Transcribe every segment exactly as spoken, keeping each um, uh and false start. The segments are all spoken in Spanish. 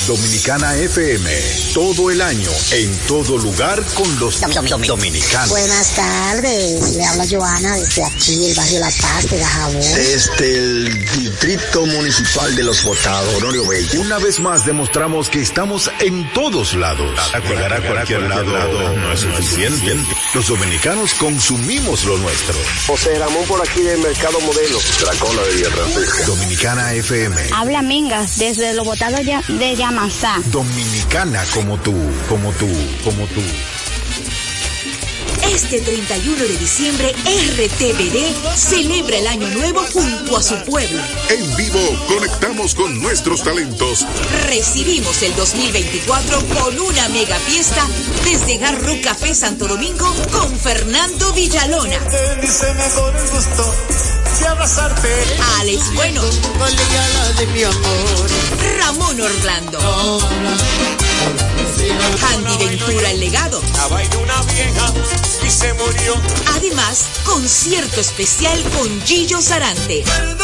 Dominicana F M, todo el año, en todo lugar con los dominicanos. Buenas tardes, le habla Joana desde aquí, el barrio La Paz de Dajabón. Desde el Distrito Municipal de Los Botados, Honorio Bello. Una vez más demostramos que estamos en todos lados. Llegar a cualquier lado no es suficiente. Los dominicanos consumimos lo nuestro. José Ramón por aquí del Mercado Modelo. Dracola de Villa Francisca. Dominicana F M. Habla Mingas desde Los Botados de Yamasá. Dominicana como tú, como tú, como tú. Este treinta y uno de diciembre, R T V D celebra el Año Nuevo junto a su pueblo. En vivo, conectamos con nuestros talentos. Recibimos el dos mil veinticuatro con una mega fiesta desde Hard Rock Café Santo Domingo con Fernando Villalona. Alex Bueno. Ramón Orlando. Andy Ventura El Legado. Además, concierto especial con Gillo Sarante.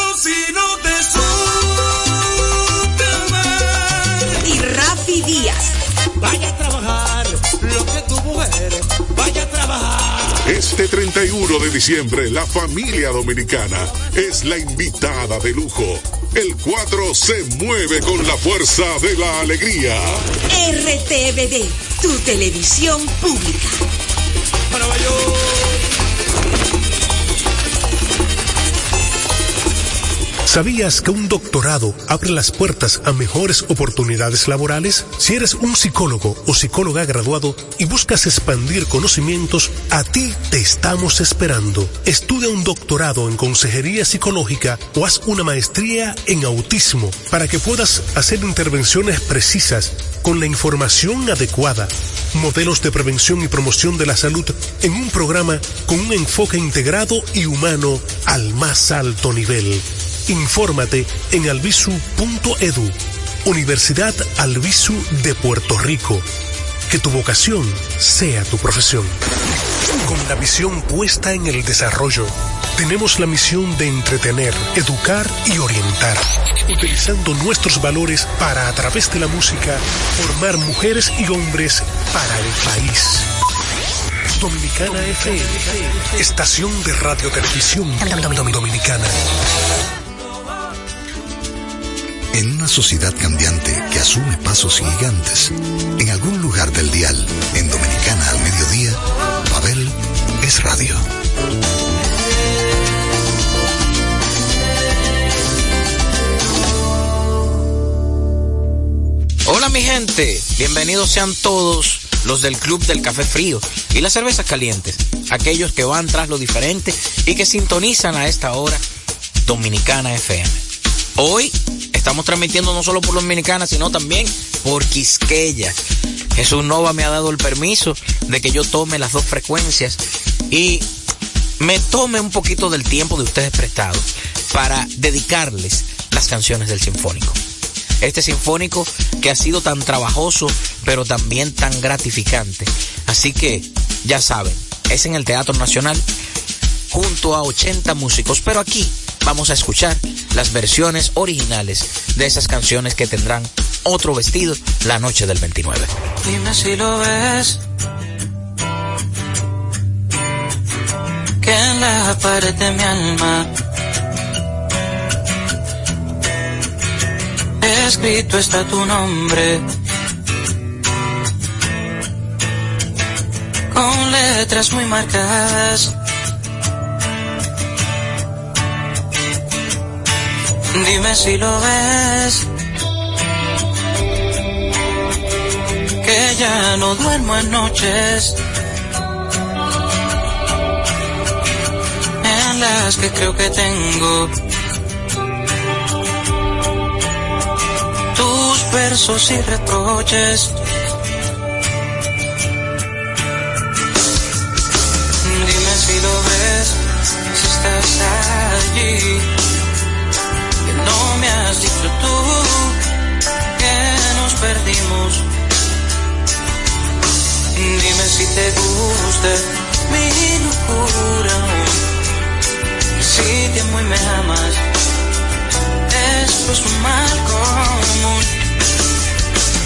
Y Rafi Díaz. Vaya a trabajar, lo que tu mujer vaya a trabajar. Este treinta y uno de diciembre, la familia dominicana es la invitada de lujo. El cuatro se mueve con la fuerza de la alegría. R T V D, tu televisión pública. Nueva York. ¿Sabías que un doctorado abre las puertas a mejores oportunidades laborales? Si eres un psicólogo o psicóloga graduado y buscas expandir conocimientos, a ti te estamos esperando. Estudia un doctorado en consejería psicológica o haz una maestría en autismo para que puedas hacer intervenciones precisas con la información adecuada. Modelos de prevención y promoción de la salud en un programa con un enfoque integrado y humano al más alto nivel. Infórmate en albisu punto edu, Universidad Albisu de Puerto Rico. Que tu vocación sea tu profesión. Con la visión puesta en el desarrollo, tenemos la misión de entretener, educar y orientar, utilizando nuestros valores para, a través de la música, formar mujeres y hombres para el país. Dominicana F M, estación de radio televisión dominicana. En una sociedad cambiante que asume pasos gigantes, en algún lugar del dial, en Dominicana al mediodía, Babel es radio. Hola mi gente, bienvenidos sean todos los del Club del Café Frío y las cervezas calientes, aquellos que van tras lo diferente y que sintonizan a esta hora Dominicana F M. Hoy estamos transmitiendo no solo por Dominicana, sino también por Quisqueya. Jesús Nova me ha dado el permiso de que yo tome las dos frecuencias y me tome un poquito del tiempo de ustedes prestados para dedicarles las canciones del Sinfónico. Este Sinfónico que ha sido tan trabajoso, pero también tan gratificante. Así que, ya saben, es en el Teatro Nacional, junto a ochenta músicos, pero aquí vamos a escuchar las versiones originales de esas canciones que tendrán otro vestido la noche del veintinueve. Dime si lo ves, que en la pared de mi alma escrito está tu nombre, con letras muy marcadas. Dime si lo ves, que ya no duermo en noches en las que creo que tengo tus versos y reproches. Dime si lo ves, si estás allí. No me has dicho tú que nos perdimos. Dime si te gusta mi locura, si te amo y me amas. Esto es un mal común.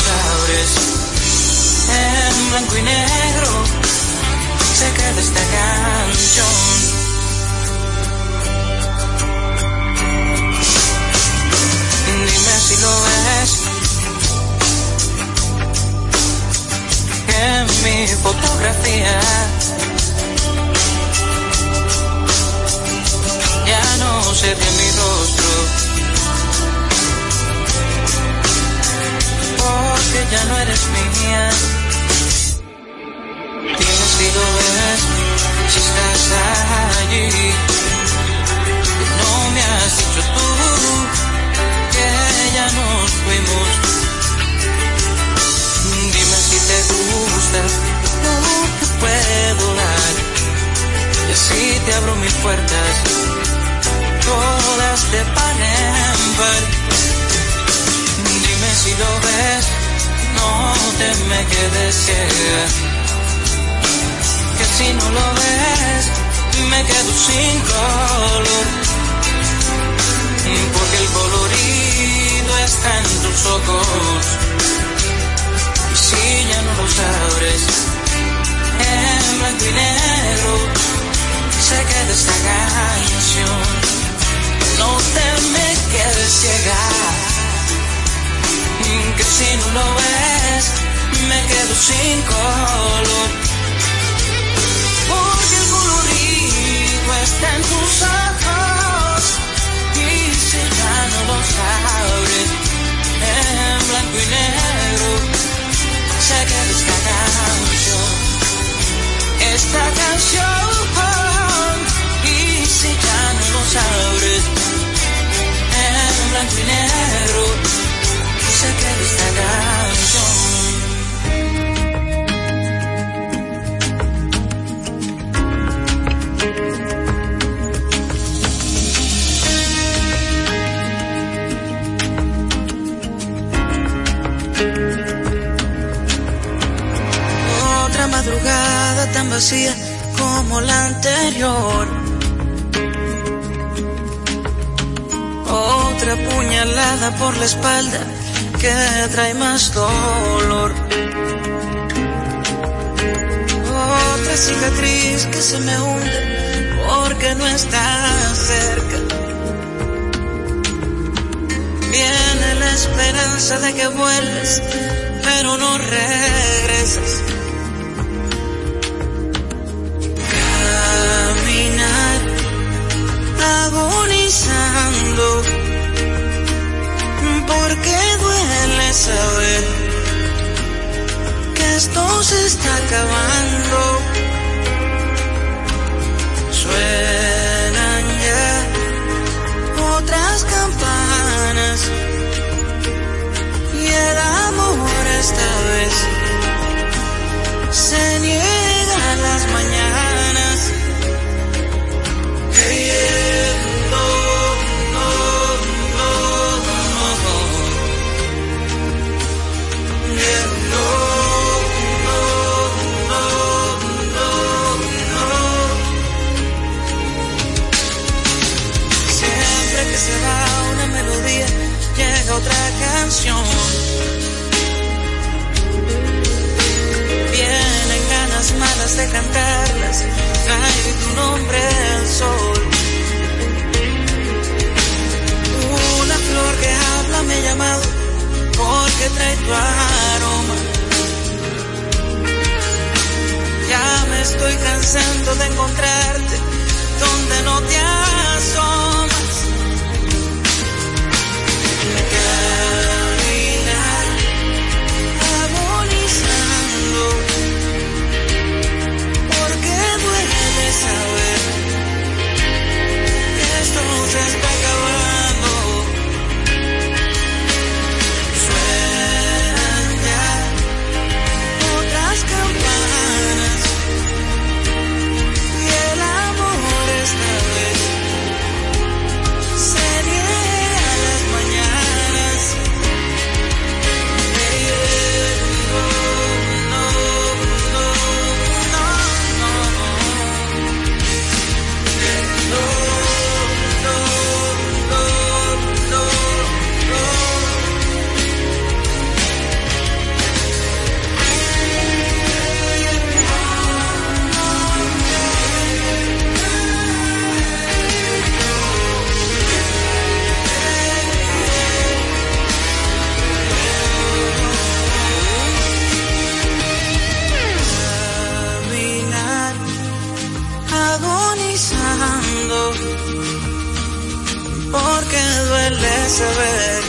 abres. En blanco y negro se queda esta canción. Dime si lo ves, en mi fotografía ya no se ve mi rostro, porque ya no eres mía. Dime si lo ves, si estás allí. No me has dicho tú que ya nos fuimos. Dime si te gusta lo que puedo dar, y así te abro mis puertas, todas de par en par. Dime si lo ves, no te me quedes ciega, que si no lo ves, me quedo sin color, porque el colorido está en tus ojos, y si ya no los abres, en blanco y negro se queda esta canción. No te me quedes ciega, que si no lo ves, me quedo sin color, porque el colorido está en tus ojos, y si ya no los abres, en blanco y negro se queda esta canción, esta canción, y si ya no los abres, en blanco y negro se queda esta canción. Otra madrugada tan vacía como la anterior, otra puñalada por la espalda que trae más dolor, otra cicatriz que se me hunde porque no estás cerca. Viene la esperanza de que vuelves, pero no regresas. Caminar agonizando, porque duele saber que esto se está acabando. Suenan ya otras campanas y el amor esta vez se niega a las mañanas. Creyendo se va una melodía, llega otra canción. Vienen ganas malas de cantarlas, cae tu nombre al sol. Una flor que habla me ha llamado porque trae tu aroma. Ya me estoy cansando de encontrarte donde no te asomas. Caminar agonizando, porque duele saber que esto se está acabando. Suenan ya otras campanas y el amor esta vez porque duele saber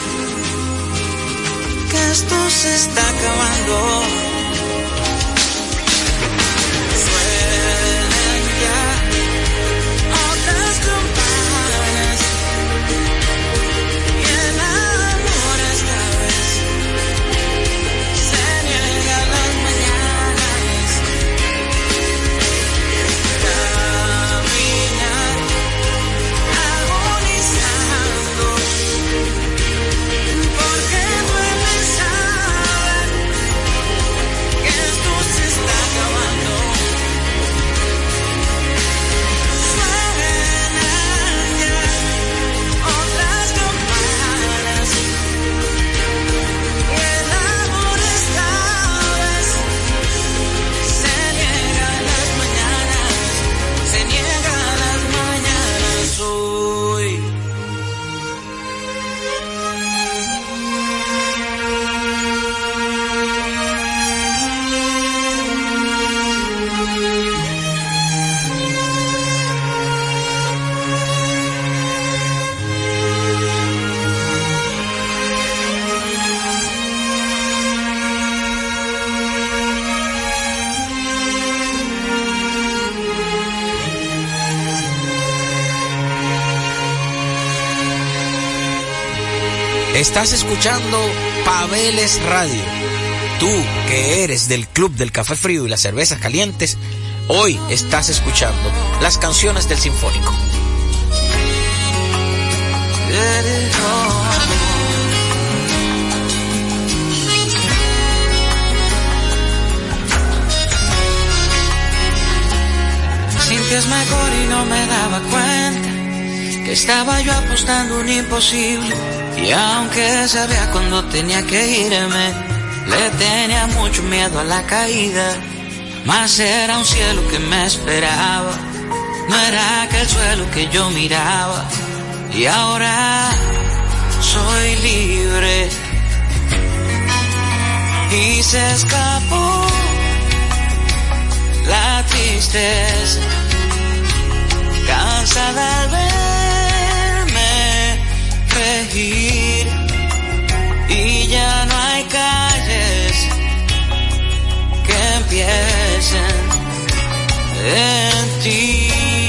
que esto se está acabando. Suenan ya otras campanas y el amor esta vez se niega a las mañanas. Caminar agonizando porque duele saber que esto se está acabando. Suenan ya otras campanas y el amor esta vez se niega a las mañanas, se niega a las mañanas hoy. Estás escuchando Pabeles Radio. Tú, que eres del club del café frío y las cervezas calientes, hoy estás escuchando las canciones del Sinfónico. Sientes mejor y no me daba cuenta que estaba yo apostando un imposible. Y aunque sabía cuando tenía que irme, le tenía mucho miedo a la caída. Mas era un cielo que me esperaba, no era aquel suelo que yo miraba. Y ahora soy libre y se escapó la tristeza, cansada al verme regir, y ya no hay calles que empiecen en ti.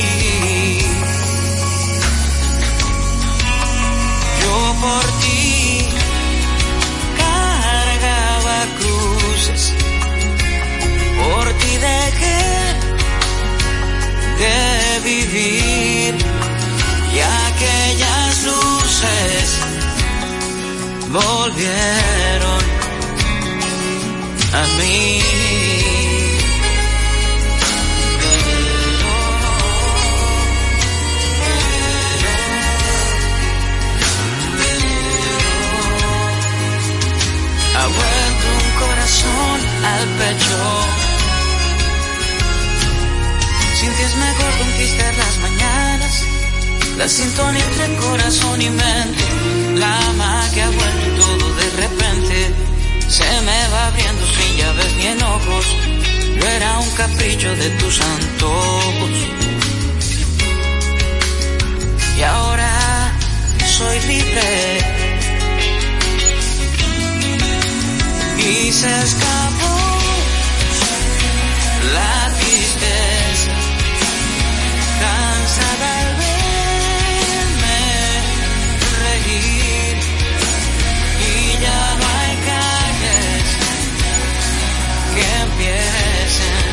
Yo por ti cargaba cruces, por ti dejé de vivir, y aquellas luces volvieron a mí. Ha vuelto un corazón al pecho. Sin ti es mejor conquistar las mañanas, la sintonía entre corazón y mente, la magia ha vuelto y todo de repente se me va abriendo sin llaves ni enojos. Yo era un capricho de tus antojos, y ahora soy libre y se escapó la tristeza, cansada al verme reír, y ya no hay calles que empiecen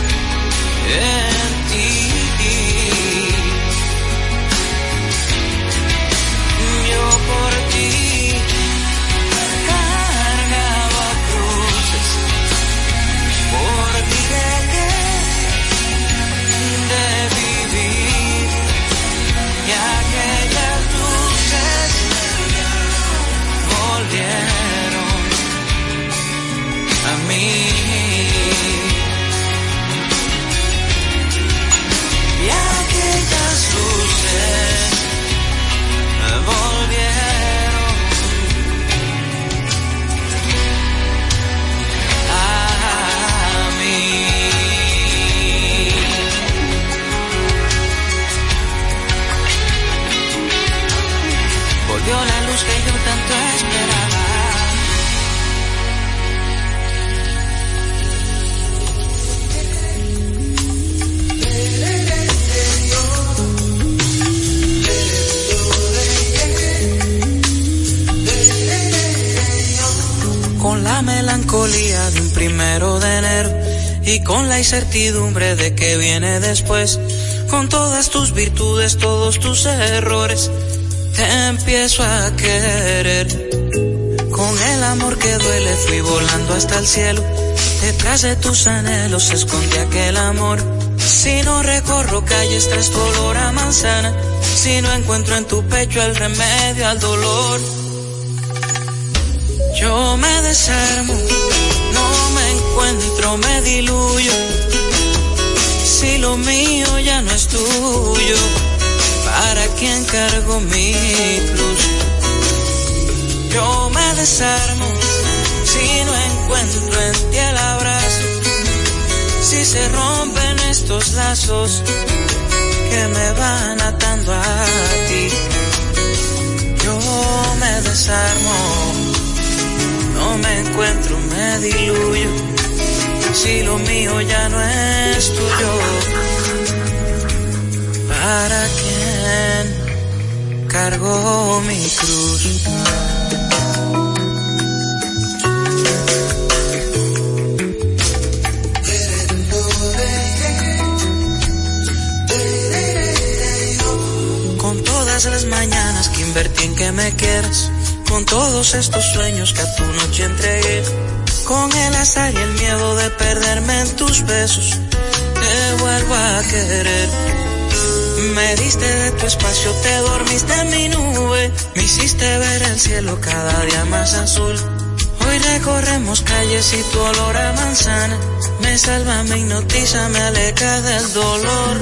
en ti. Yo por ti cargaba cruces, volvió la luz que yo tanto esperaba. Con la melancolía de un primero de enero y con la incertidumbre de que viene después, con todas tus virtudes, todos tus errores, te empiezo a querer. Con el amor que duele fui volando hasta el cielo, detrás de tus anhelos se esconde aquel amor. Si no recorro calles tras tu olor a manzana, si no encuentro en tu pecho el remedio al dolor, yo me desarmo, no me encuentro, me diluyo. Si lo mío ya no es tuyo, ¿para quién cargo mi cruz? Yo me desarmo, si no encuentro en ti el abrazo, si se rompen estos lazos que me van atando a ti. Yo me desarmo, no me encuentro, me diluyo. Si lo mío ya no es tuyo, ¿para quién cargo mi cruz? Con todas las mañanas que invertí en que me quieras, con todos estos sueños que a tu noche entregué, con el azar y el miedo de perderme en tus besos, te vuelvo a querer. Me diste de tu espacio, te dormiste en mi nube, me hiciste ver el cielo cada día más azul. Hoy recorremos calles y tu olor a manzana me salva, me hipnotiza, me aleja del dolor.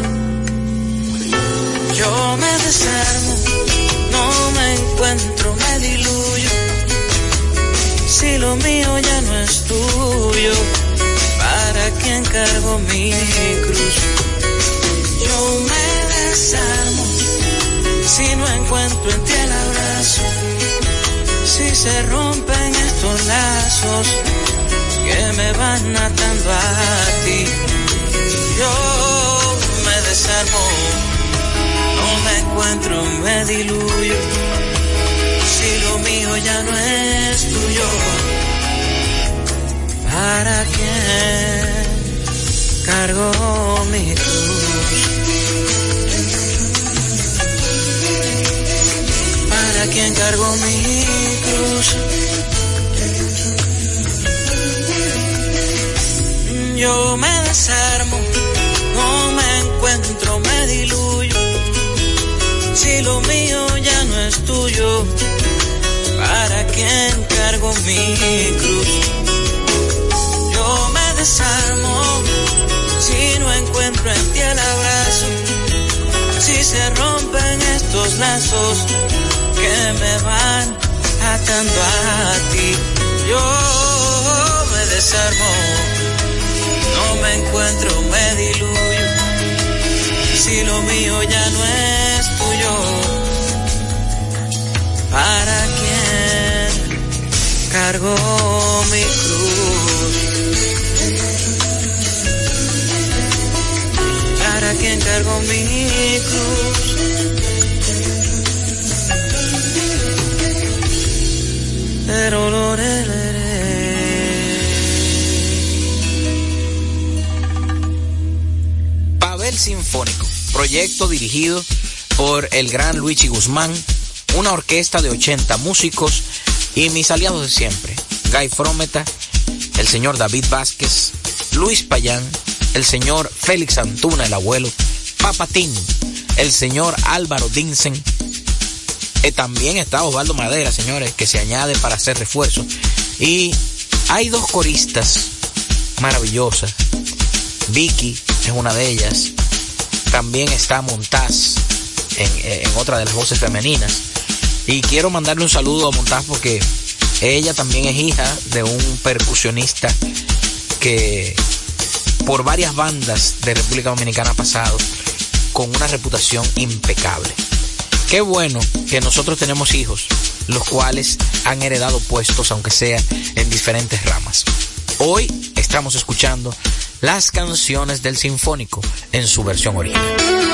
Yo me desarmo, no me encuentro, me diluyo. Si lo mío ya no es tuyo, ¿para quién cargo mi cruz? Yo me desarmo, si no encuentro en ti el abrazo, si se rompen estos lazos que me van atando a ti. Yo me desarmo, no me encuentro, me diluyo. Si lo mío ya no es tuyo, ¿para quién cargo mi cruz? ¿Para quién cargo mi cruz? Yo me desarmo, no me encuentro, me diluyo. Si lo mío ya no es tuyo, ¿para quién cargo mi cruz? Yo me desarmo, si no encuentro en ti el abrazo, si se rompen estos lazos que me van atando a ti. Yo me desarmo, no me encuentro, me diluyo. Si lo mío ya no es tuyo, ¿para quién cargo mi cruz? ¿Para quién cargo mi cruz? Pero lo Pavel Sinfónico, proyecto dirigido por el gran Luigi Guzmán, una orquesta de ochenta músicos y mis aliados de siempre, Guy Frometa, el señor David Vázquez, Luis Payán, el señor Félix Antuna, el abuelo, Papatín, el señor Álvaro Dinsen, eh, también está Osvaldo Madera, señores, que se añade para hacer refuerzo, y hay dos coristas maravillosas, Vicky es una de ellas, también está Montaz en, en otra de las voces femeninas, y quiero mandarle un saludo a Montaz porque ella también es hija de un percusionista que por varias bandas de República Dominicana ha pasado con una reputación impecable. Qué bueno que nosotros tenemos hijos, los cuales han heredado puestos, aunque sea en diferentes ramas. Hoy estamos escuchando las canciones del Sinfónico en su versión original.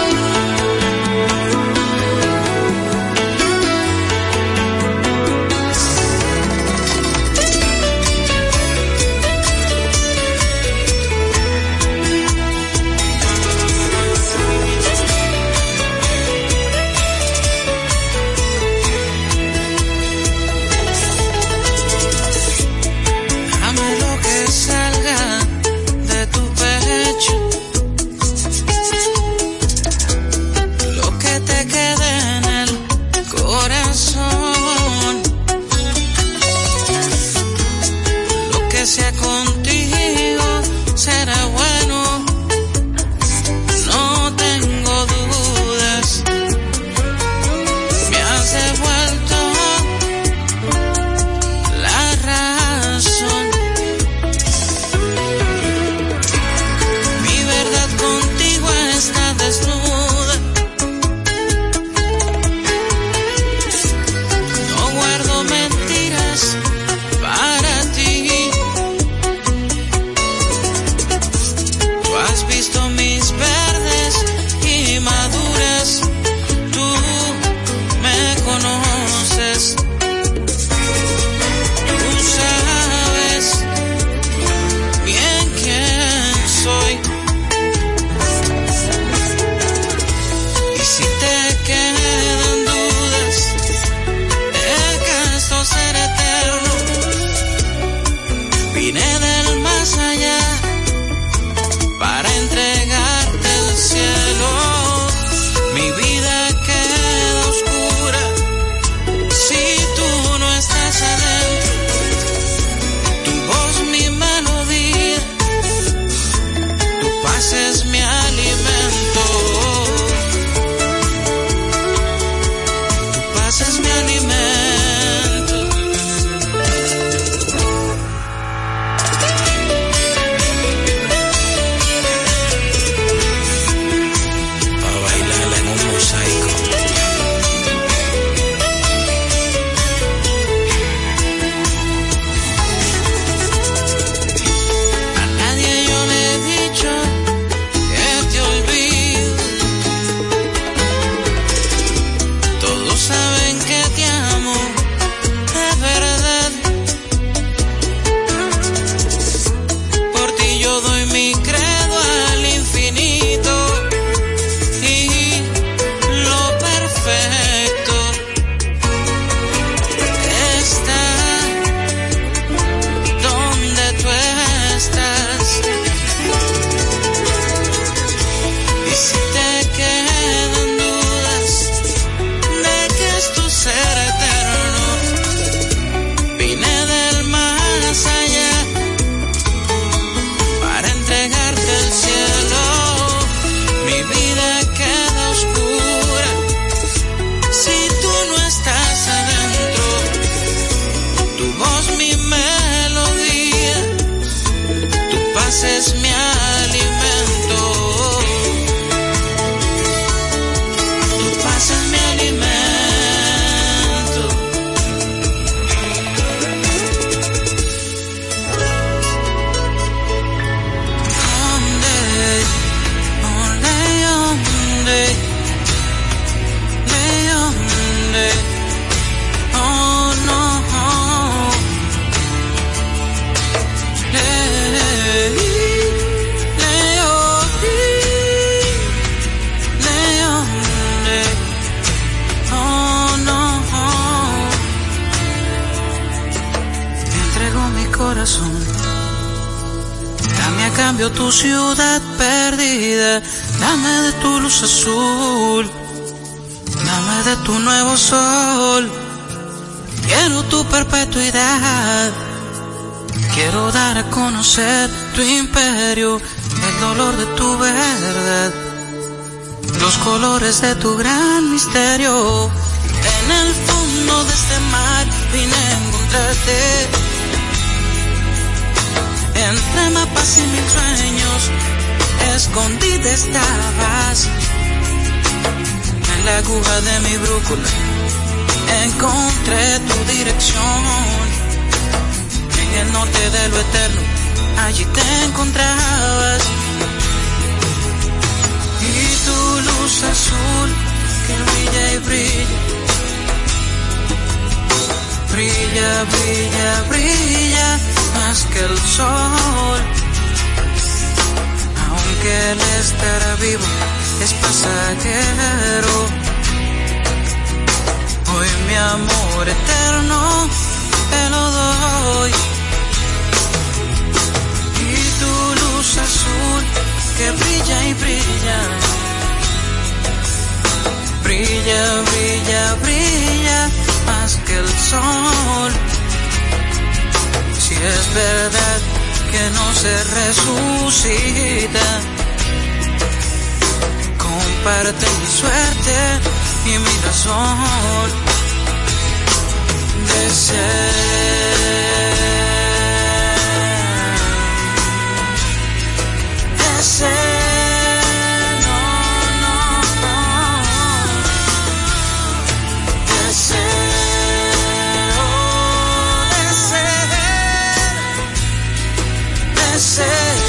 Tu ciudad perdida, dame de tu luz azul, dame de tu nuevo sol, quiero tu perpetuidad, quiero dar a conocer tu imperio, el dolor de tu verdad, los colores de tu gran misterio. En el fondo de este mar vine a encontrarte, entre mapas y mil sueños, escondida estabas. En la aguja de mi brújula encontré tu dirección. En el norte de lo eterno, allí te encontrabas. Y tu luz azul que brilla y brilla, brilla, brilla, brilla más que el sol. Aunque el estar vivo es pasajero, hoy mi amor eterno te lo doy. Y tu luz azul que brilla y brilla, brilla, brilla, brilla más que el sol. Si es verdad que no se resucita, comparte mi suerte y mi razón de ser, de ser, no, no, no, de ser, oh, de ser, de ser.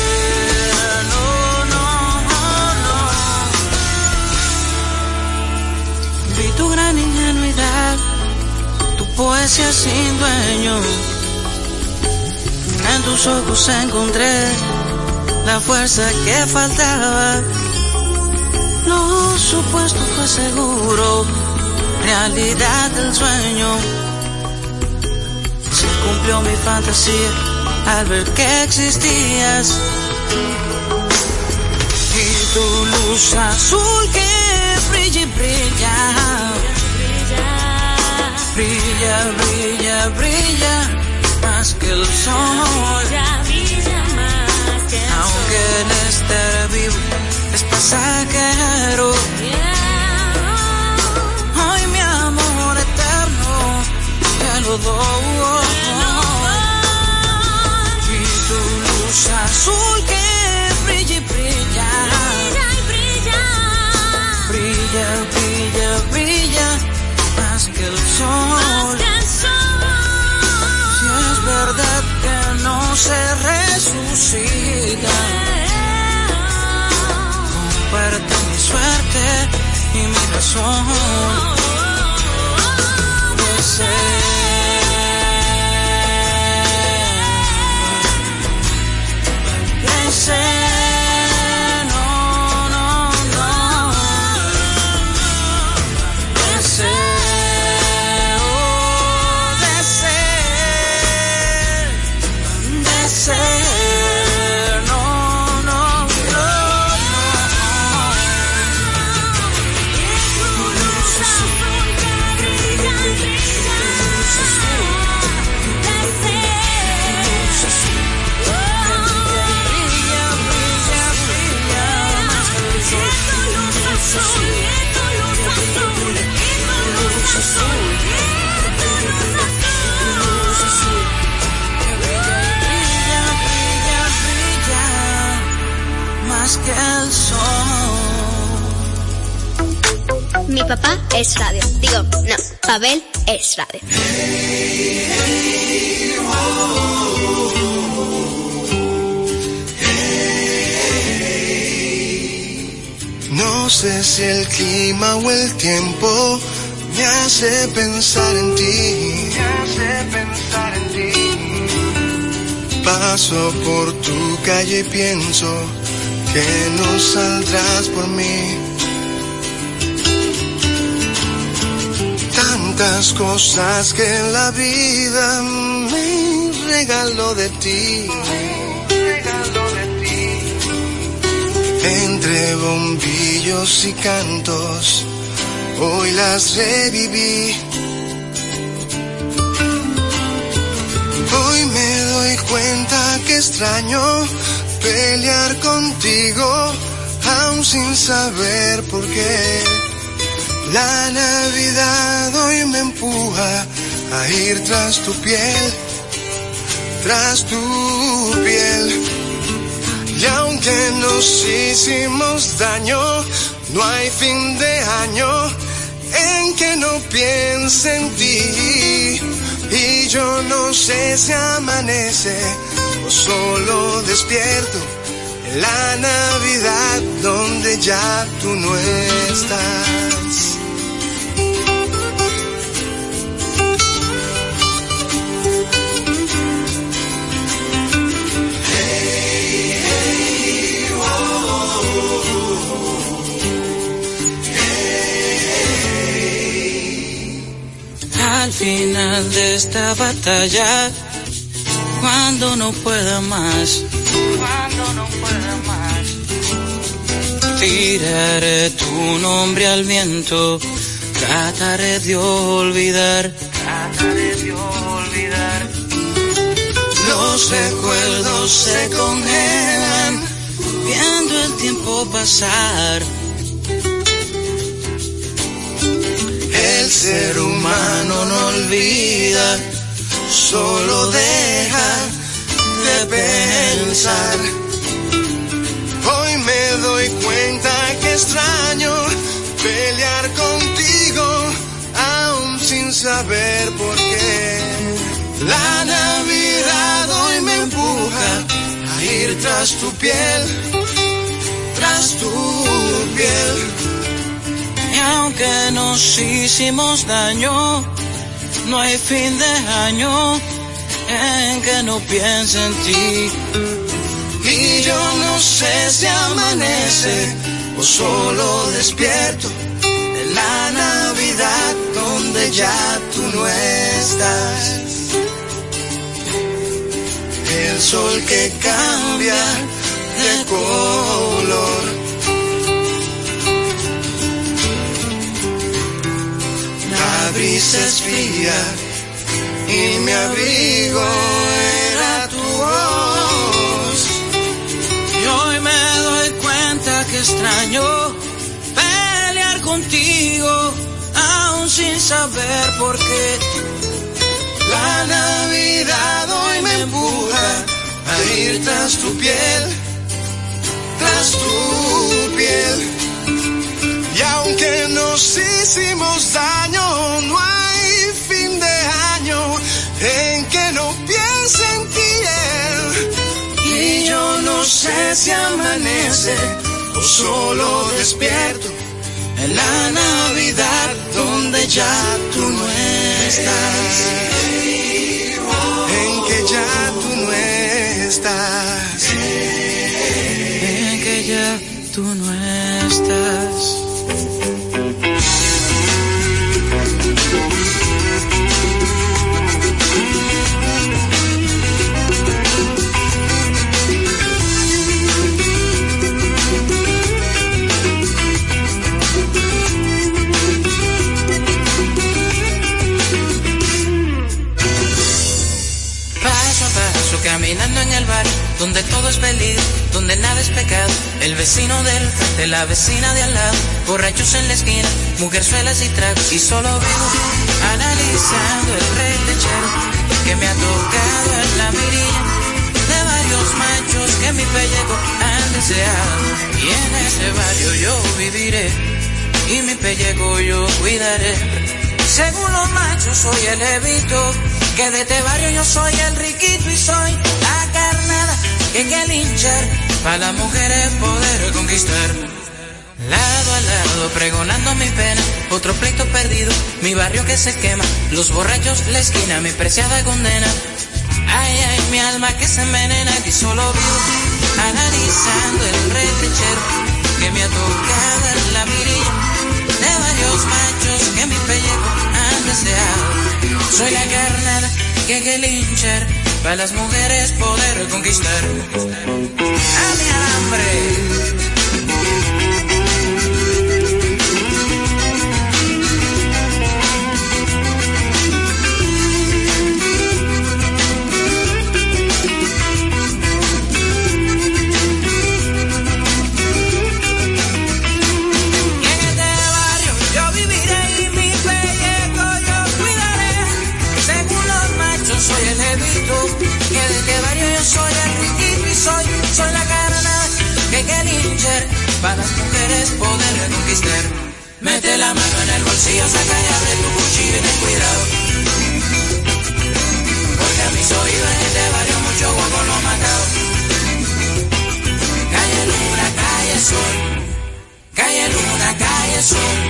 Tu gran ingenuidad, tu poesía sin dueño. En tus ojos encontré la fuerza que faltaba. Lo supuesto fue seguro, realidad del sueño. Se cumplió mi fantasía al ver que existías. Y tu luz azul que brilla y brilla, brilla, brilla, brilla más que el sol. Aunque el estar vivo es pasajero, hoy mi amor eterno te lo doy. Y tu luz azul que brilla y brilla, brilla, brilla, brilla más que el sol. Si es verdad que no se resucita, comparte mi suerte y mi razón de ser. De ser. Que el sol. Mi papá es radio. Digo, no, Pavel es radio. No sé si el clima o el tiempo me hace pensar en ti. Me hace pensar en ti. Paso por tu calle y pienso que no saldrás por mí. Tantas cosas que la vida me regaló de ti. Entre bombillos y cantos, hoy las reviví. Hoy me doy cuenta que extraño pelear contigo, aún sin saber por qué. La Navidad hoy me empuja a ir tras tu piel, tras tu piel. Y aunque nos hicimos daño, no hay fin de año en que no piense en ti. Y yo no sé si amanece o solo despierto en la Navidad donde ya tú no estás. Al final de esta batalla, cuando no pueda más, cuando no pueda más, tiraré tu nombre al viento, trataré de olvidar, trataré de olvidar. Los recuerdos se congelan, viendo el tiempo pasar. El ser humano no olvida, solo deja de pensar. Hoy me doy cuenta que extraño pelear contigo, aún sin saber por qué. La Navidad hoy me empuja a ir tras tu piel, tras tu piel. Y aunque nos hicimos daño, no hay fin de año en que no piense en ti. Y yo no sé si amanece o solo despierto en la Navidad donde ya tú no estás. El sol que cambia de color, la brisa es fría y mi abrigo era tu voz. Y hoy me doy cuenta que extraño pelear contigo, aún sin saber por qué. La Navidad hoy me empuja a ir tras tu piel, tras tu piel. Y aunque nos hicimos daño, no hay fin de año en que no piense en ti. Y yo no sé si amanece o solo despierto en la Navidad donde ya tú no estás. En que ya tú no estás. En que ya tú no estás. Caminando en el barrio, donde todo es peligro, donde nada es pecado. El vecino del frente, la vecina de al lado, borrachos en la esquina, mujerzuelas y tragos. Y solo vivo analizando el rey lechero que me ha tocado en la mirilla de varios machos que mi pellejo han deseado. Y en ese barrio yo viviré y mi pellejo yo cuidaré. Según los machos soy el levito, que de este barrio yo soy el riquito y soy la carnada que hay que linchar para las mujeres poder conquistar. Lado a lado pregonando mi pena, otro pleito perdido, mi barrio que se quema, los borrachos la esquina, mi preciada condena. Ay, ay, mi alma que se envenena y solo vivo analizando el retrechero que me ha tocado en la mirilla de varios machos que mi pellejo han deseado. Soy la carnada que hay que linchar para las mujeres poder conquistar. A mi alambre. Que de este barrio yo soy el riquito y soy, soy la carnada que hay que linchar para las mujeres poder conquistar. Mete la mano en el bolsillo, saca y abre tu cuchillo y ten cuidado. Porque a mis oídos en este barrio mucho guapo lo han matado. Calle Luna, calle Sol. Calle Luna, calle Sol.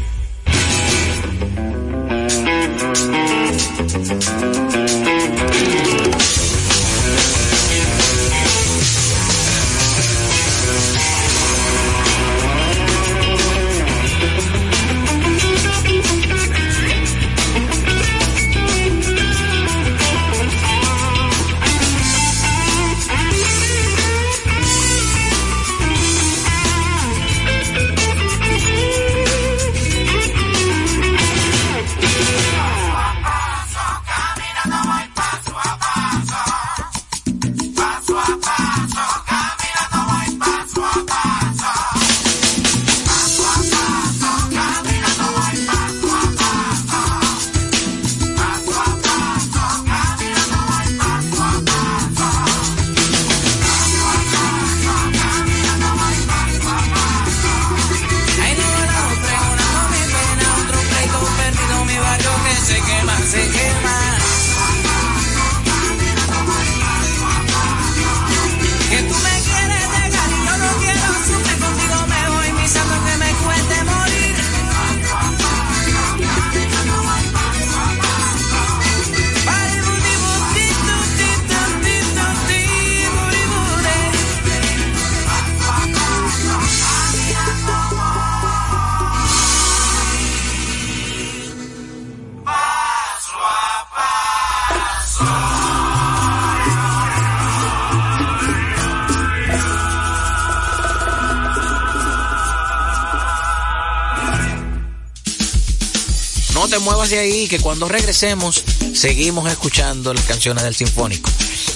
No te muevas de ahí, que cuando regresemos seguimos escuchando las canciones del Sinfónico.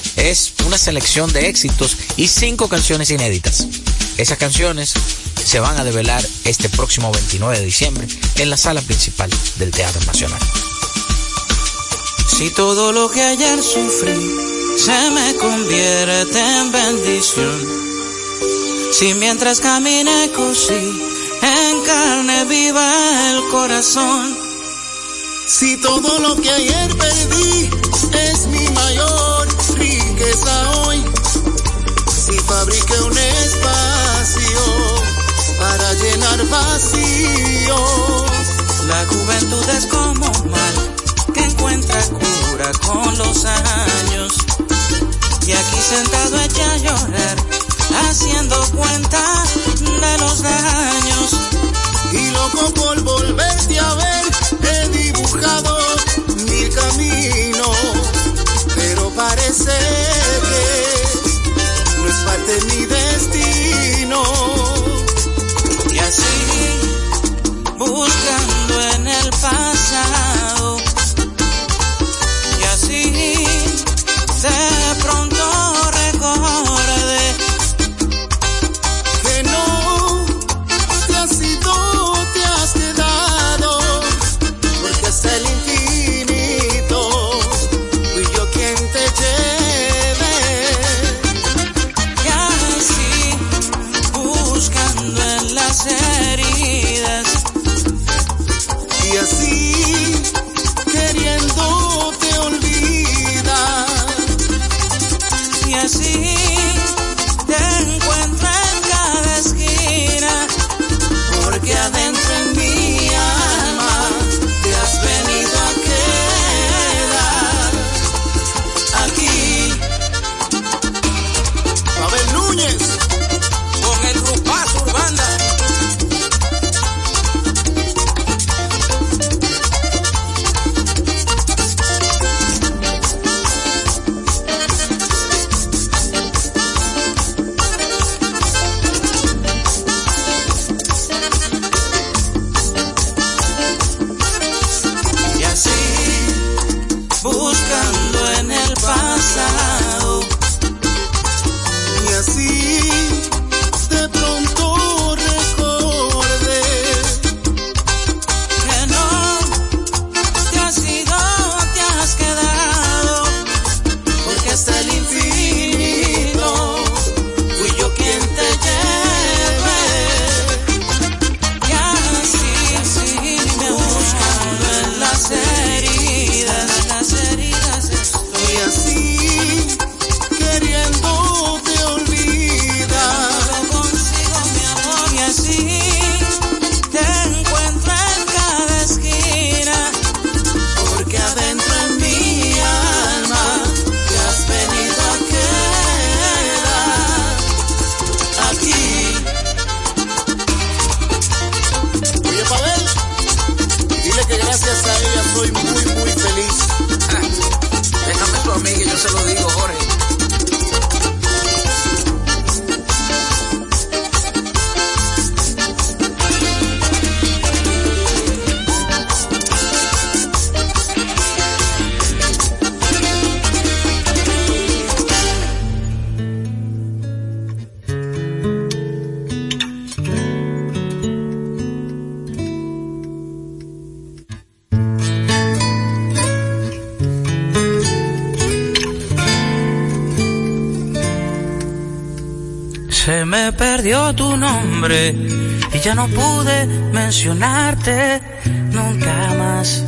Es una selección de éxitos y cinco canciones inéditas. Esas canciones se van a develar este próximo veintinueve de diciembre en la sala principal del Teatro Nacional. Si todo lo que ayer sufrí se me convierte en bendición, si mientras caminé cosí en carne viva el corazón, si todo lo que ayer perdí es mi mayor riqueza hoy, si fabriqué un espacio para llenar vacíos, la juventud es como un mal que encuentra cura con los años, y aquí sentado eché a llorar haciendo cuenta de los daños, y loco por volverte a ver he dibujado mil caminos, pero parece que no es parte de mi destino. Y así, buscando en el pasado, y así, de pronto recordé que no te has ido, te has quedado, porque hasta el infinito fui yo quien te llevé. Y así, buscando en las heridas, y así, queriéndote olvidar, y así, te encuentro en cada esquina, porque adentro en mi alma te has venido a quedar. Aquí, Pavel Núñez, con el grupazo Urbanda. y así, Buscando en el pasado, y así, de pronto recordé que no te has ido, te has quedado, porque hasta el infinito fui yo quien te llevé. y así, Se me perdió tu nombre y ya no pude mencionarte nunca más.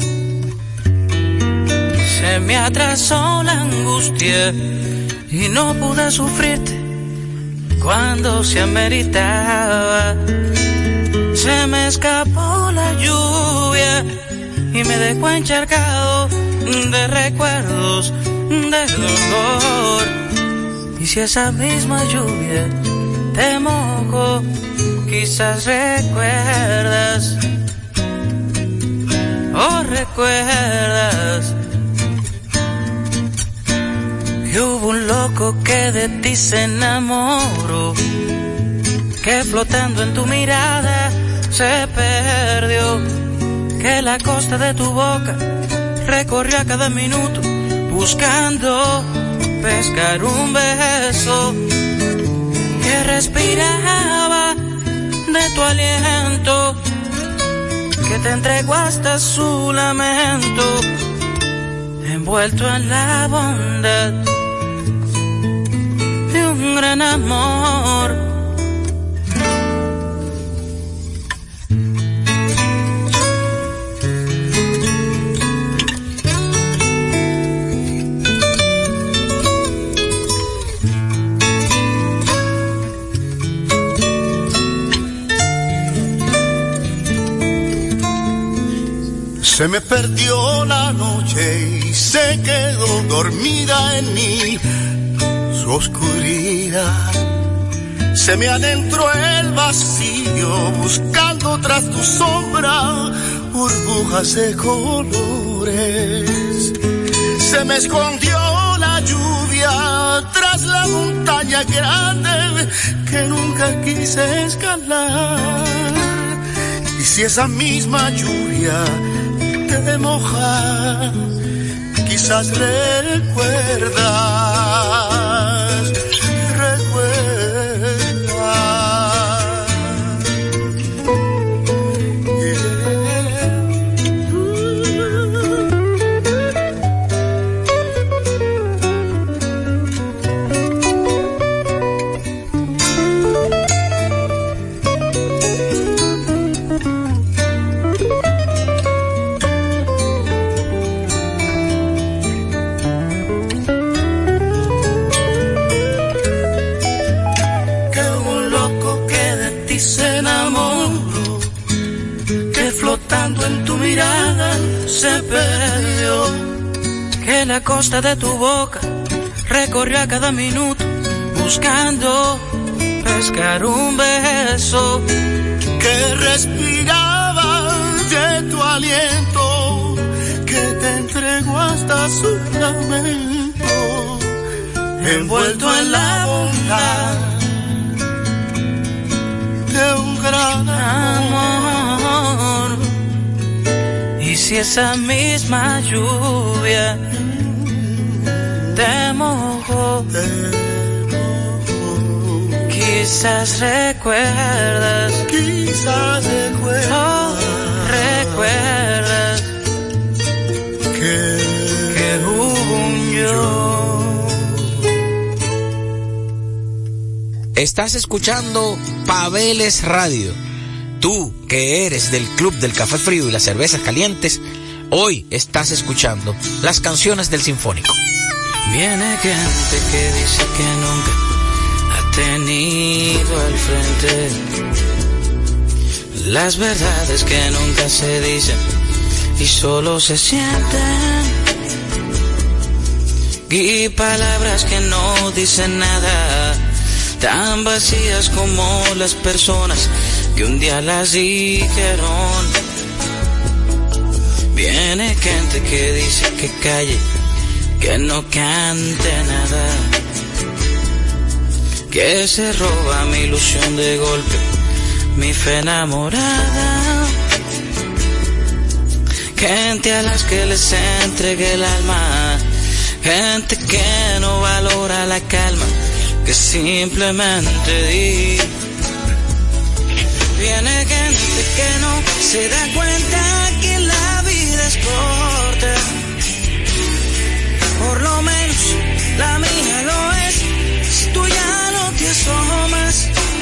Se me atrasó la angustia y no pude sufrirte cuando se ameritaba. Se me escapó la lluvia y me dejó encharcado de recuerdos de dolor. Y si esa misma lluvia te mojó, quizás recuerdas, oh recuerdas, que hubo un loco que de ti se enamoró, que flotando en tu mirada se perdió, que la costa de tu boca recorrió a cada minuto buscando pescar un beso, que respiraba de tu aliento, que te entregó hasta su lamento, envuelto en la bondad de un gran amor. Se me perdió la noche y se quedó dormida en mí su oscuridad. Se me adentró el vacío buscando tras tu sombra burbujas de colores. Se me escondió la lluvia tras la montaña grande que nunca quise escalar. Y si esa misma lluvia te moja, quizás recuerdas, recuerdas. En tu mirada se perdió, que la costa de tu boca recorrió a cada minuto buscando pescar un beso, que respiraba de tu aliento, que te entregó hasta su lamento, envuelto en la bondad de un gran amor. Y si esa misma lluvia te mojó, quizás recuerdas, quizás recuerdas, oh, recuerdas que, que hubo un yo. Estás escuchando Pabeles Radio. Tú, que eres del Club del Café Frío y las Cervezas Calientes, hoy estás escuchando las canciones del Sinfónico. Viene gente que dice que nunca ha tenido al frente las verdades que nunca se dicen y solo se sienten, y palabras que no dicen nada, tan vacías como las personas que un día las dijeron. Viene gente que dice que calle, que no cante nada, que se roba mi ilusión de golpe, mi fe enamorada. Gente a las que les entregue el alma, gente que no valora la calma que simplemente di. Viene gente que no se da cuenta que la vida es corta, por lo menos la mía lo es, si tú ya no te asomas.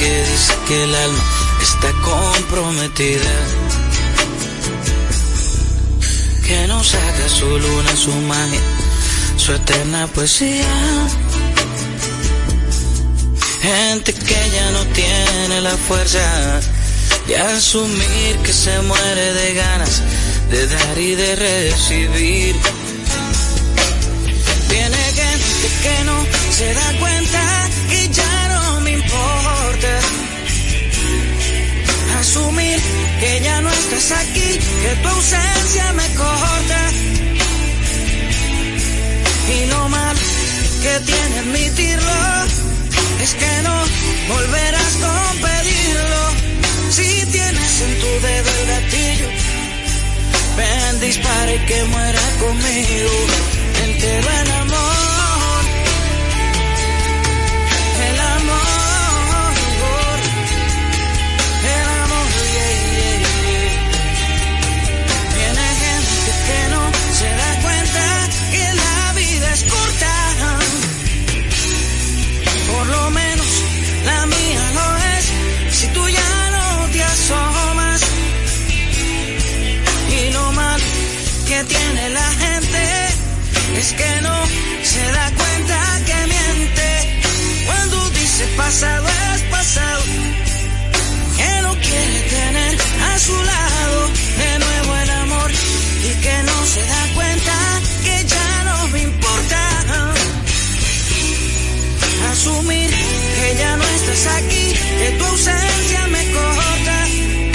que dice que el alma está comprometida, que no saca su luna, su magia, su eterna poesía. Gente que ya no tiene la fuerza de asumir que se muere de ganas de dar y de recibir. Tiene gente que no se da cuenta que ya no me importa. Asumir que ya no estás aquí, que tu ausencia me corta. Y lo mal que tiene admitirlo es que no volverás con pedirlo. Si tienes en tu dedo el gatillo, ven, dispara y que muera conmigo. Entero el amor, el amor, el amor, yeah, yeah, yeah. Tiene gente que no se da cuenta que la vida es corta. Por lo menos la mía lo es, si tú ya no te asomas. Y lo mal que tiene la gente es que no se da cuenta que miente cuando dice pasado es pasado, que no quiere tener a su lado de nuevo el amor, y que no se da cuenta que ya no me importa. Asumir que ya no estás aquí, que tu ausencia me corta.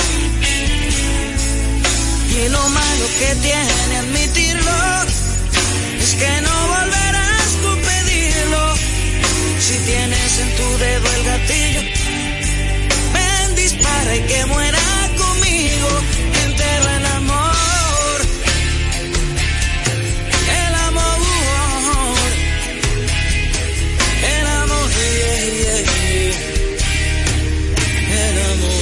Y lo malo que tiene admitirlo es que no volverás tú a pedirlo. Si tienes en tu dedo el gatillo, ven, dispara y que muera conmigo. Entero el amor, el amor, el amor, yeah, yeah, yeah. El amor.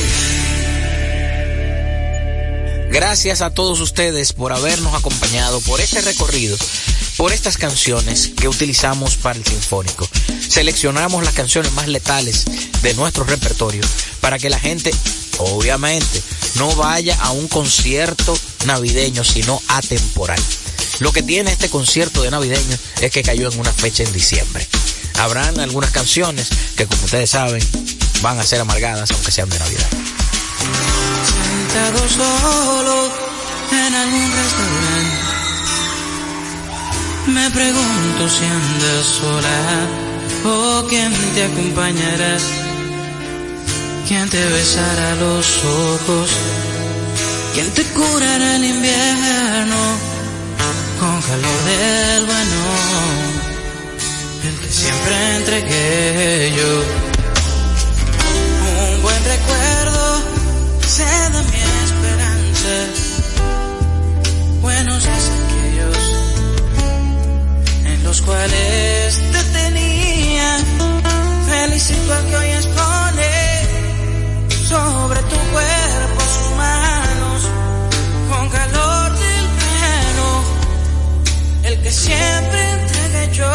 Gracias a todos ustedes por habernos acompañado por este recorrido, por estas canciones que utilizamos para el Sinfónico. Seleccionamos las canciones más letales de nuestro repertorio para que la gente, obviamente, no vaya a un concierto navideño, sino atemporal. Lo que tiene este concierto de navideño es que cayó en una fecha en diciembre. Habrán algunas canciones que, como ustedes saben, van a ser amargadas, aunque sean de Navidad. Sentado solo en algún restaurante, me pregunto si andas sola o quién te acompañará, quién te besará los ojos, quién te curará el invierno con calor del bueno, el que siempre entregué yo. Un buen recuerdo se da mi esperanza, buenos días aquellos en los cuales te tenía. Felicito al que hoy expone sobre tu cuerpo sus manos con calor del verano, el que siempre entregué yo.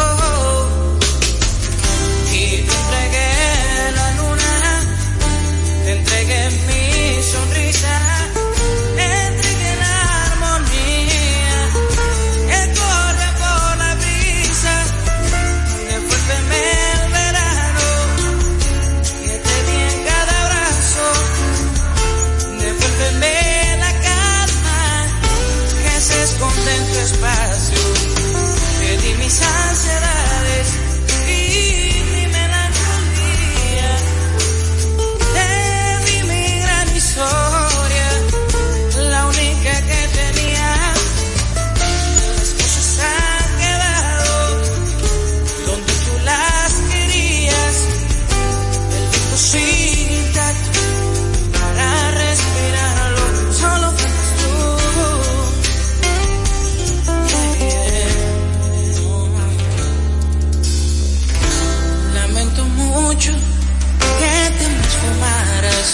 Y te entregué la luna, te entregué mi sonrisa, entregué la armonía que corre por la brisa. Devuélveme el verano que te di en cada abrazo, devuélveme la calma que se esconde en tu espacio. Te di mis ansiedades y mi melancolía, te di mi gran historia, la única que tenía. Las cosas han quedado donde tú las querías, el viento sigue intacto para respirarlo, solo faltas tú. Lamento mucho que te me esfumaras,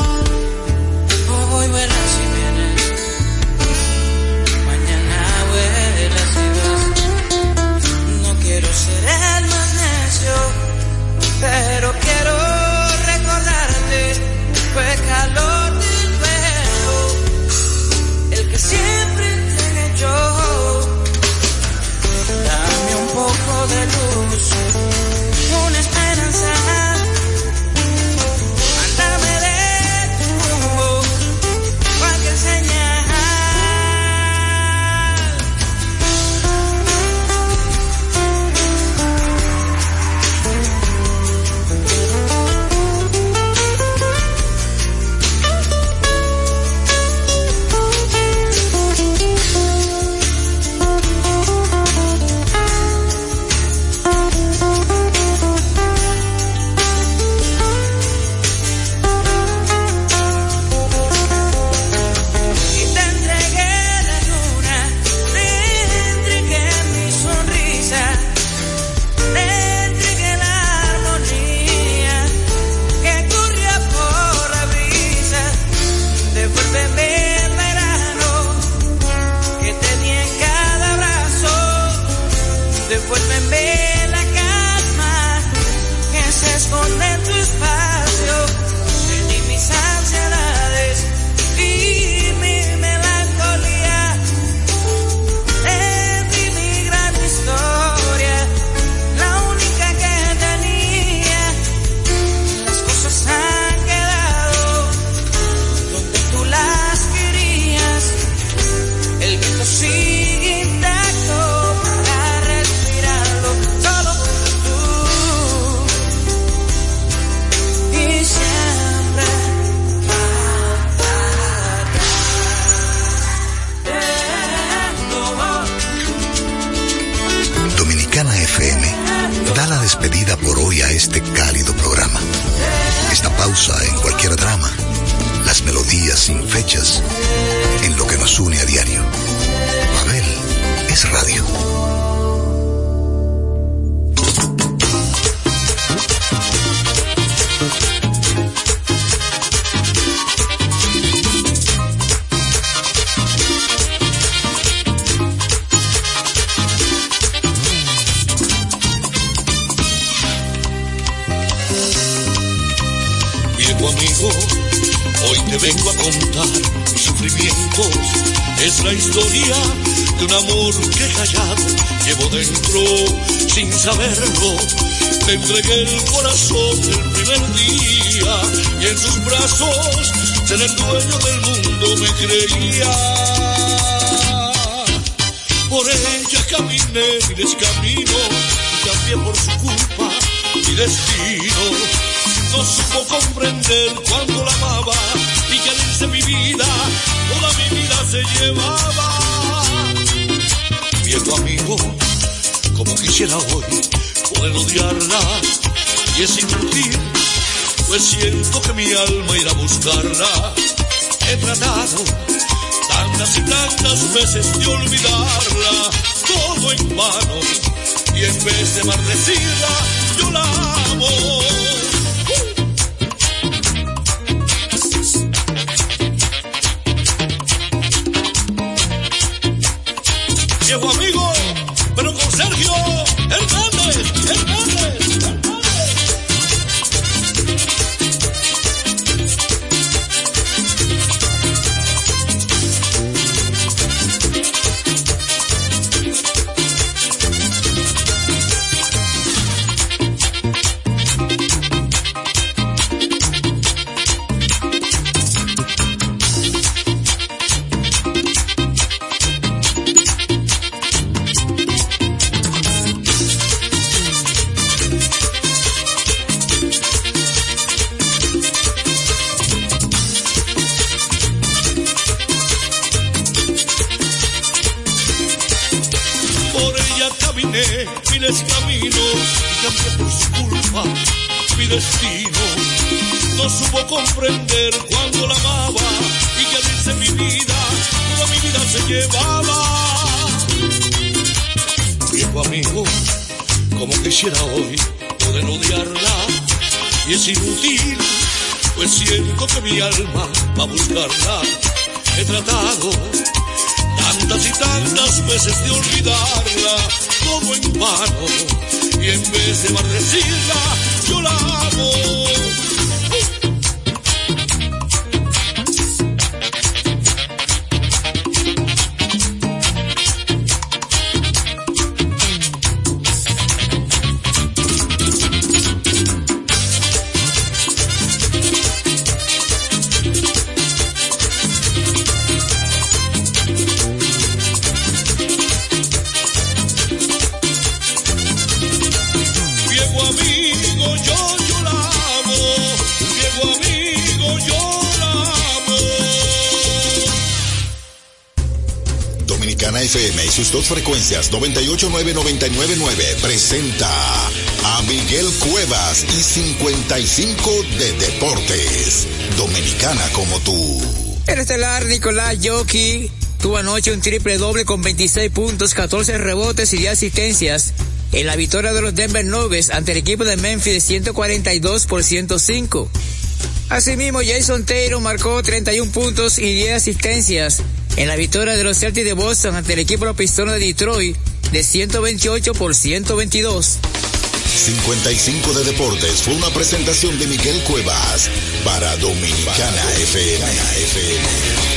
hoy vuelas y vienes, mañana vuelas y vas. No quiero ser el más necio, pero quiero recordarte esconde en tu espacio, perdí mis ansiedades y mi melancolía, de ti mi gran historia, la única que tenía. Las cosas han quedado donde tú las querías, el viento sigue intacto para respirarlo, solo tú y siempre. Dominicana F M da la despedida por hoy a este cálido programa. Esta pausa en cualquier drama, las melodías sin fechas, en lo que nos une a diario. Pavel es radio. Viejo amigo, hoy te vengo a contar mis sufrimientos. Es la historia de un amor que callado llevo dentro sin saberlo. Te entregué el corazón el primer día y en sus brazos ser el dueño del mundo me creía. Por ella caminé mi descamino y cambié por su culpa mi destino. No supo comprender cuando la amaba y que al irse mi vida, toda mi vida se llevaba. Viejo amigo, como quisiera hoy poder odiarla, y es inútil, pues siento que mi alma irá a buscarla. He tratado tantas y tantas veces de olvidarla, todo en vano, y en vez de maldecirla, yo la amo. Viejo amigo, pero con Sergio Hernández, Hernández, miles caminos y cambié por su culpa mi destino. No supo comprender cuando la amaba y que al irse mi vida, toda mi vida se llevaba. Viejo amigo, como quisiera hoy poder odiarla, y es inútil, pues siento que mi alma va a buscarla. He tratado tantas y tantas veces de olvidarla, todo en vano, y en vez de maldecirla, yo la amo. F M y sus dos frecuencias noventa y ocho nueve, noventa y nueve nueve presenta a Miguel Cuevas y cincuenta y cinco de Deportes. Dominicana como tú. El estelar Nicolás Jokic tuvo anoche un triple doble con veintiséis puntos, catorce rebotes y diez asistencias en la victoria de los Denver Nuggets ante el equipo de Memphis de ciento cuarenta y dos por ciento cinco. Asimismo, Jason Tatum marcó treinta y un puntos y diez asistencias en la victoria de los Celtics de Boston ante el equipo de los Pistones de Detroit de ciento veintiocho por ciento veintidós. cincuenta y cinco de Deportes fue una presentación de Miguel Cuevas para Dominicana F M.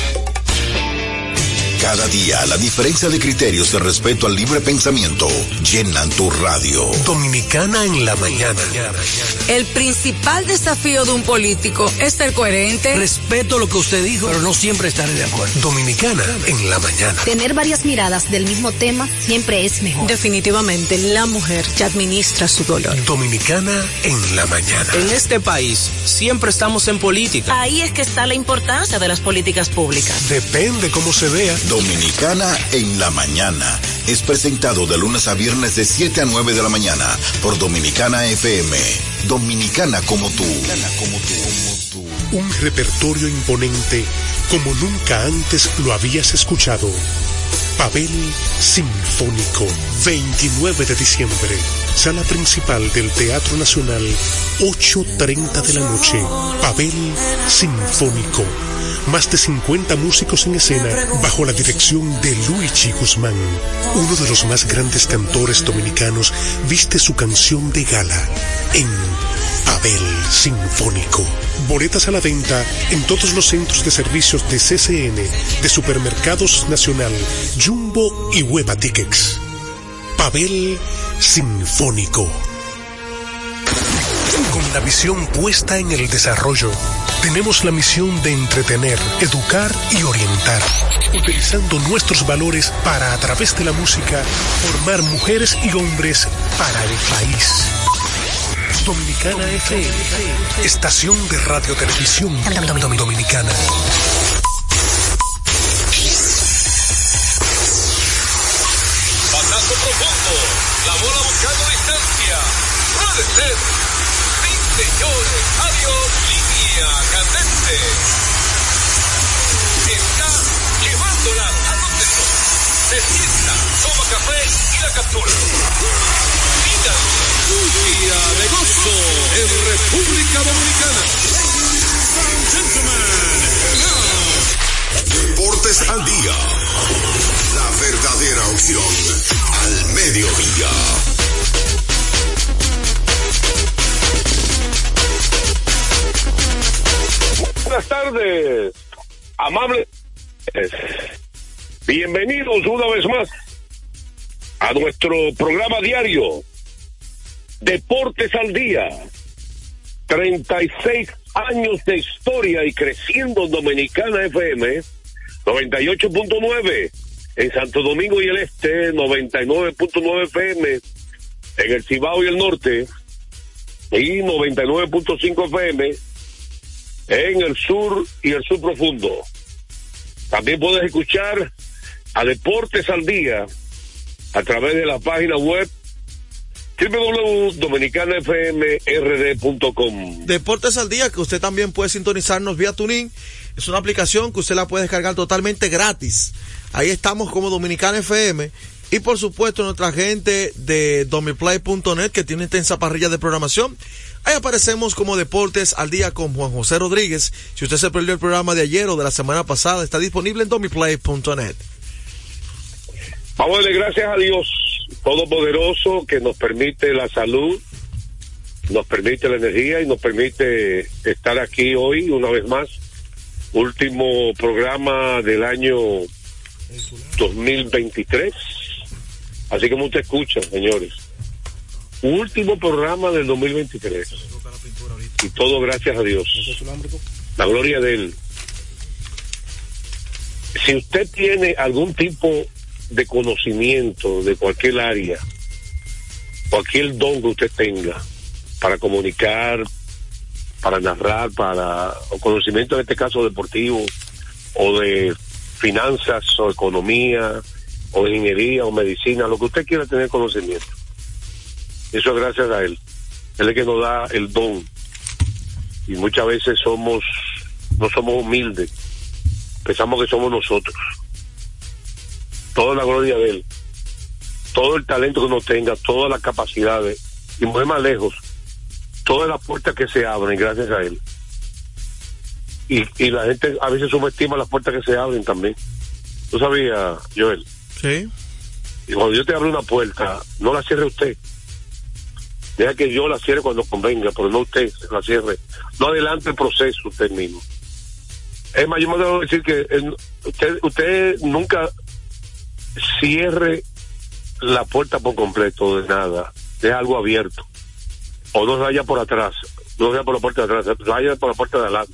Cada día, la diferencia de criterios de respeto al libre pensamiento llenan tu radio. Dominicana en la mañana. El principal desafío de un político es ser coherente. Respeto lo que usted dijo, pero no siempre estaré de acuerdo. Dominicana en la mañana. Tener varias miradas del mismo tema siempre es mejor. Definitivamente, la mujer ya administra su dolor. Dominicana en la mañana. En este país, siempre estamos en política. Ahí es que está la importancia de las políticas públicas. Depende cómo se vea. Dominicana en la mañana es presentado de lunes a viernes de siete a nueve de la mañana por Dominicana F M. Dominicana como tú. Como tú, como tú. Un repertorio imponente como nunca antes lo habías escuchado. Pavel Sinfónico, veintinueve de diciembre, sala principal del Teatro Nacional, ocho treinta de la noche. Pavel Sinfónico. Más de cincuenta músicos en escena bajo la dirección de Luigi Guzmán. Uno de los más grandes cantores dominicanos viste su canción de gala en Pavel Sinfónico. Boletas a la venta en todos los centros de servicios de C C N, de Supermercados Nacional, Jumbo y Hueva Tickets. Pavel Sinfónico. Con la visión puesta en el desarrollo, tenemos la misión de entretener, educar y orientar, utilizando nuestros valores para, a través de la música, formar mujeres y hombres para el país. Dominicana F M, estación de radio televisión dominicana. Batazo profundo, la bola buscando distancia, puede ser. Señores, adiós, línea candente. Está llevándola a donde no. Se sienta, toma café y la captura. Mira, un día de gozo en República Dominicana. Deportes al día. La verdadera opción al mediodía. Buenas tardes, amables. Bienvenidos una vez más a nuestro programa diario Deportes al Día. treinta y seis años de historia y creciendo. Dominicana F M noventa y ocho punto nueve en Santo Domingo y el Este, noventa y nueve punto nueve F M en el Cibao y el Norte y noventa y nueve punto cinco F M en el sur y el sur profundo. También puedes escuchar a Deportes al Día a través de la página web doble u doble u doble u punto dominicana f m r d punto com. Deportes al Día, que usted también puede sintonizarnos vía TuneIn. Es una aplicación que usted la puede descargar totalmente gratis. Ahí estamos como Dominicana F M. Y por supuesto nuestra gente de domiplay punto net, que tiene intensa parrilla de programación. Ahí aparecemos como Deportes al Día con Juan José Rodríguez. Si usted se perdió el programa de ayer o de la semana pasada, está disponible en domiplay punto net. Vamos a darle gracias a Dios Todopoderoso, que nos permite la salud, nos permite la energía y nos permite estar aquí hoy una vez más. Último programa del año dos mil veintitrés. Así como usted escucha, señores. Último programa del dos mil veintitrés. Y todo gracias a Dios. La gloria de Él. Si usted tiene algún tipo de conocimiento de cualquier área, cualquier don que usted tenga para comunicar, para narrar, para o conocimiento en este caso deportivo, o de finanzas, o economía, o de ingeniería, o medicina, lo que usted quiera tener conocimiento, eso es gracias a Él. Él es el que nos da el don. Y muchas veces somos, no somos humildes, pensamos que somos nosotros. Toda la gloria de Él, todo el talento que uno tenga, todas las capacidades, y muy más lejos, todas las puertas que se abren gracias a Él. Y, y la gente a veces subestima las puertas que se abren también. ¿Tú sabías, Joel? Sí. Y cuando Dios te abre una puerta, no la cierre usted. Deja que yo la cierre cuando convenga, pero no usted la cierre. No adelante el proceso usted mismo. Es más, yo me debo decir que eh, usted, usted nunca cierre la puerta por completo de nada. Deja algo abierto. O no se vaya por atrás. No se vaya por la puerta de atrás, se vaya por la puerta de adelante.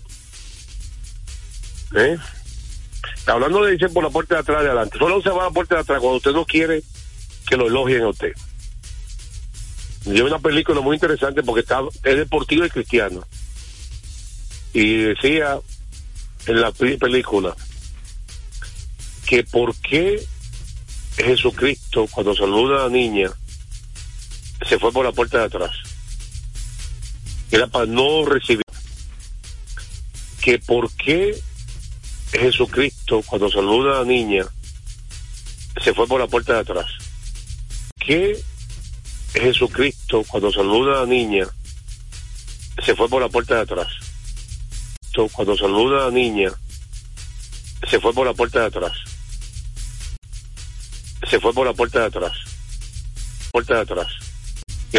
¿Eh? Hablando de irse por la puerta de atrás de adelante. Solo se va a la puerta de atrás cuando usted no quiere que lo elogien a usted. Yo vi una película muy interesante porque está, es deportiva y cristiana. Y decía en la película que por qué Jesucristo cuando saluda a la niña se fue por la puerta de atrás. Era para no recibir. Que por qué Jesucristo cuando saluda a la niña se fue por la puerta de atrás. Que Jesucristo cuando saluda a la niña se fue por la puerta de atrás. Cuando saluda a la niña se fue por la puerta de atrás. Se fue por la puerta de atrás. Puerta de atrás.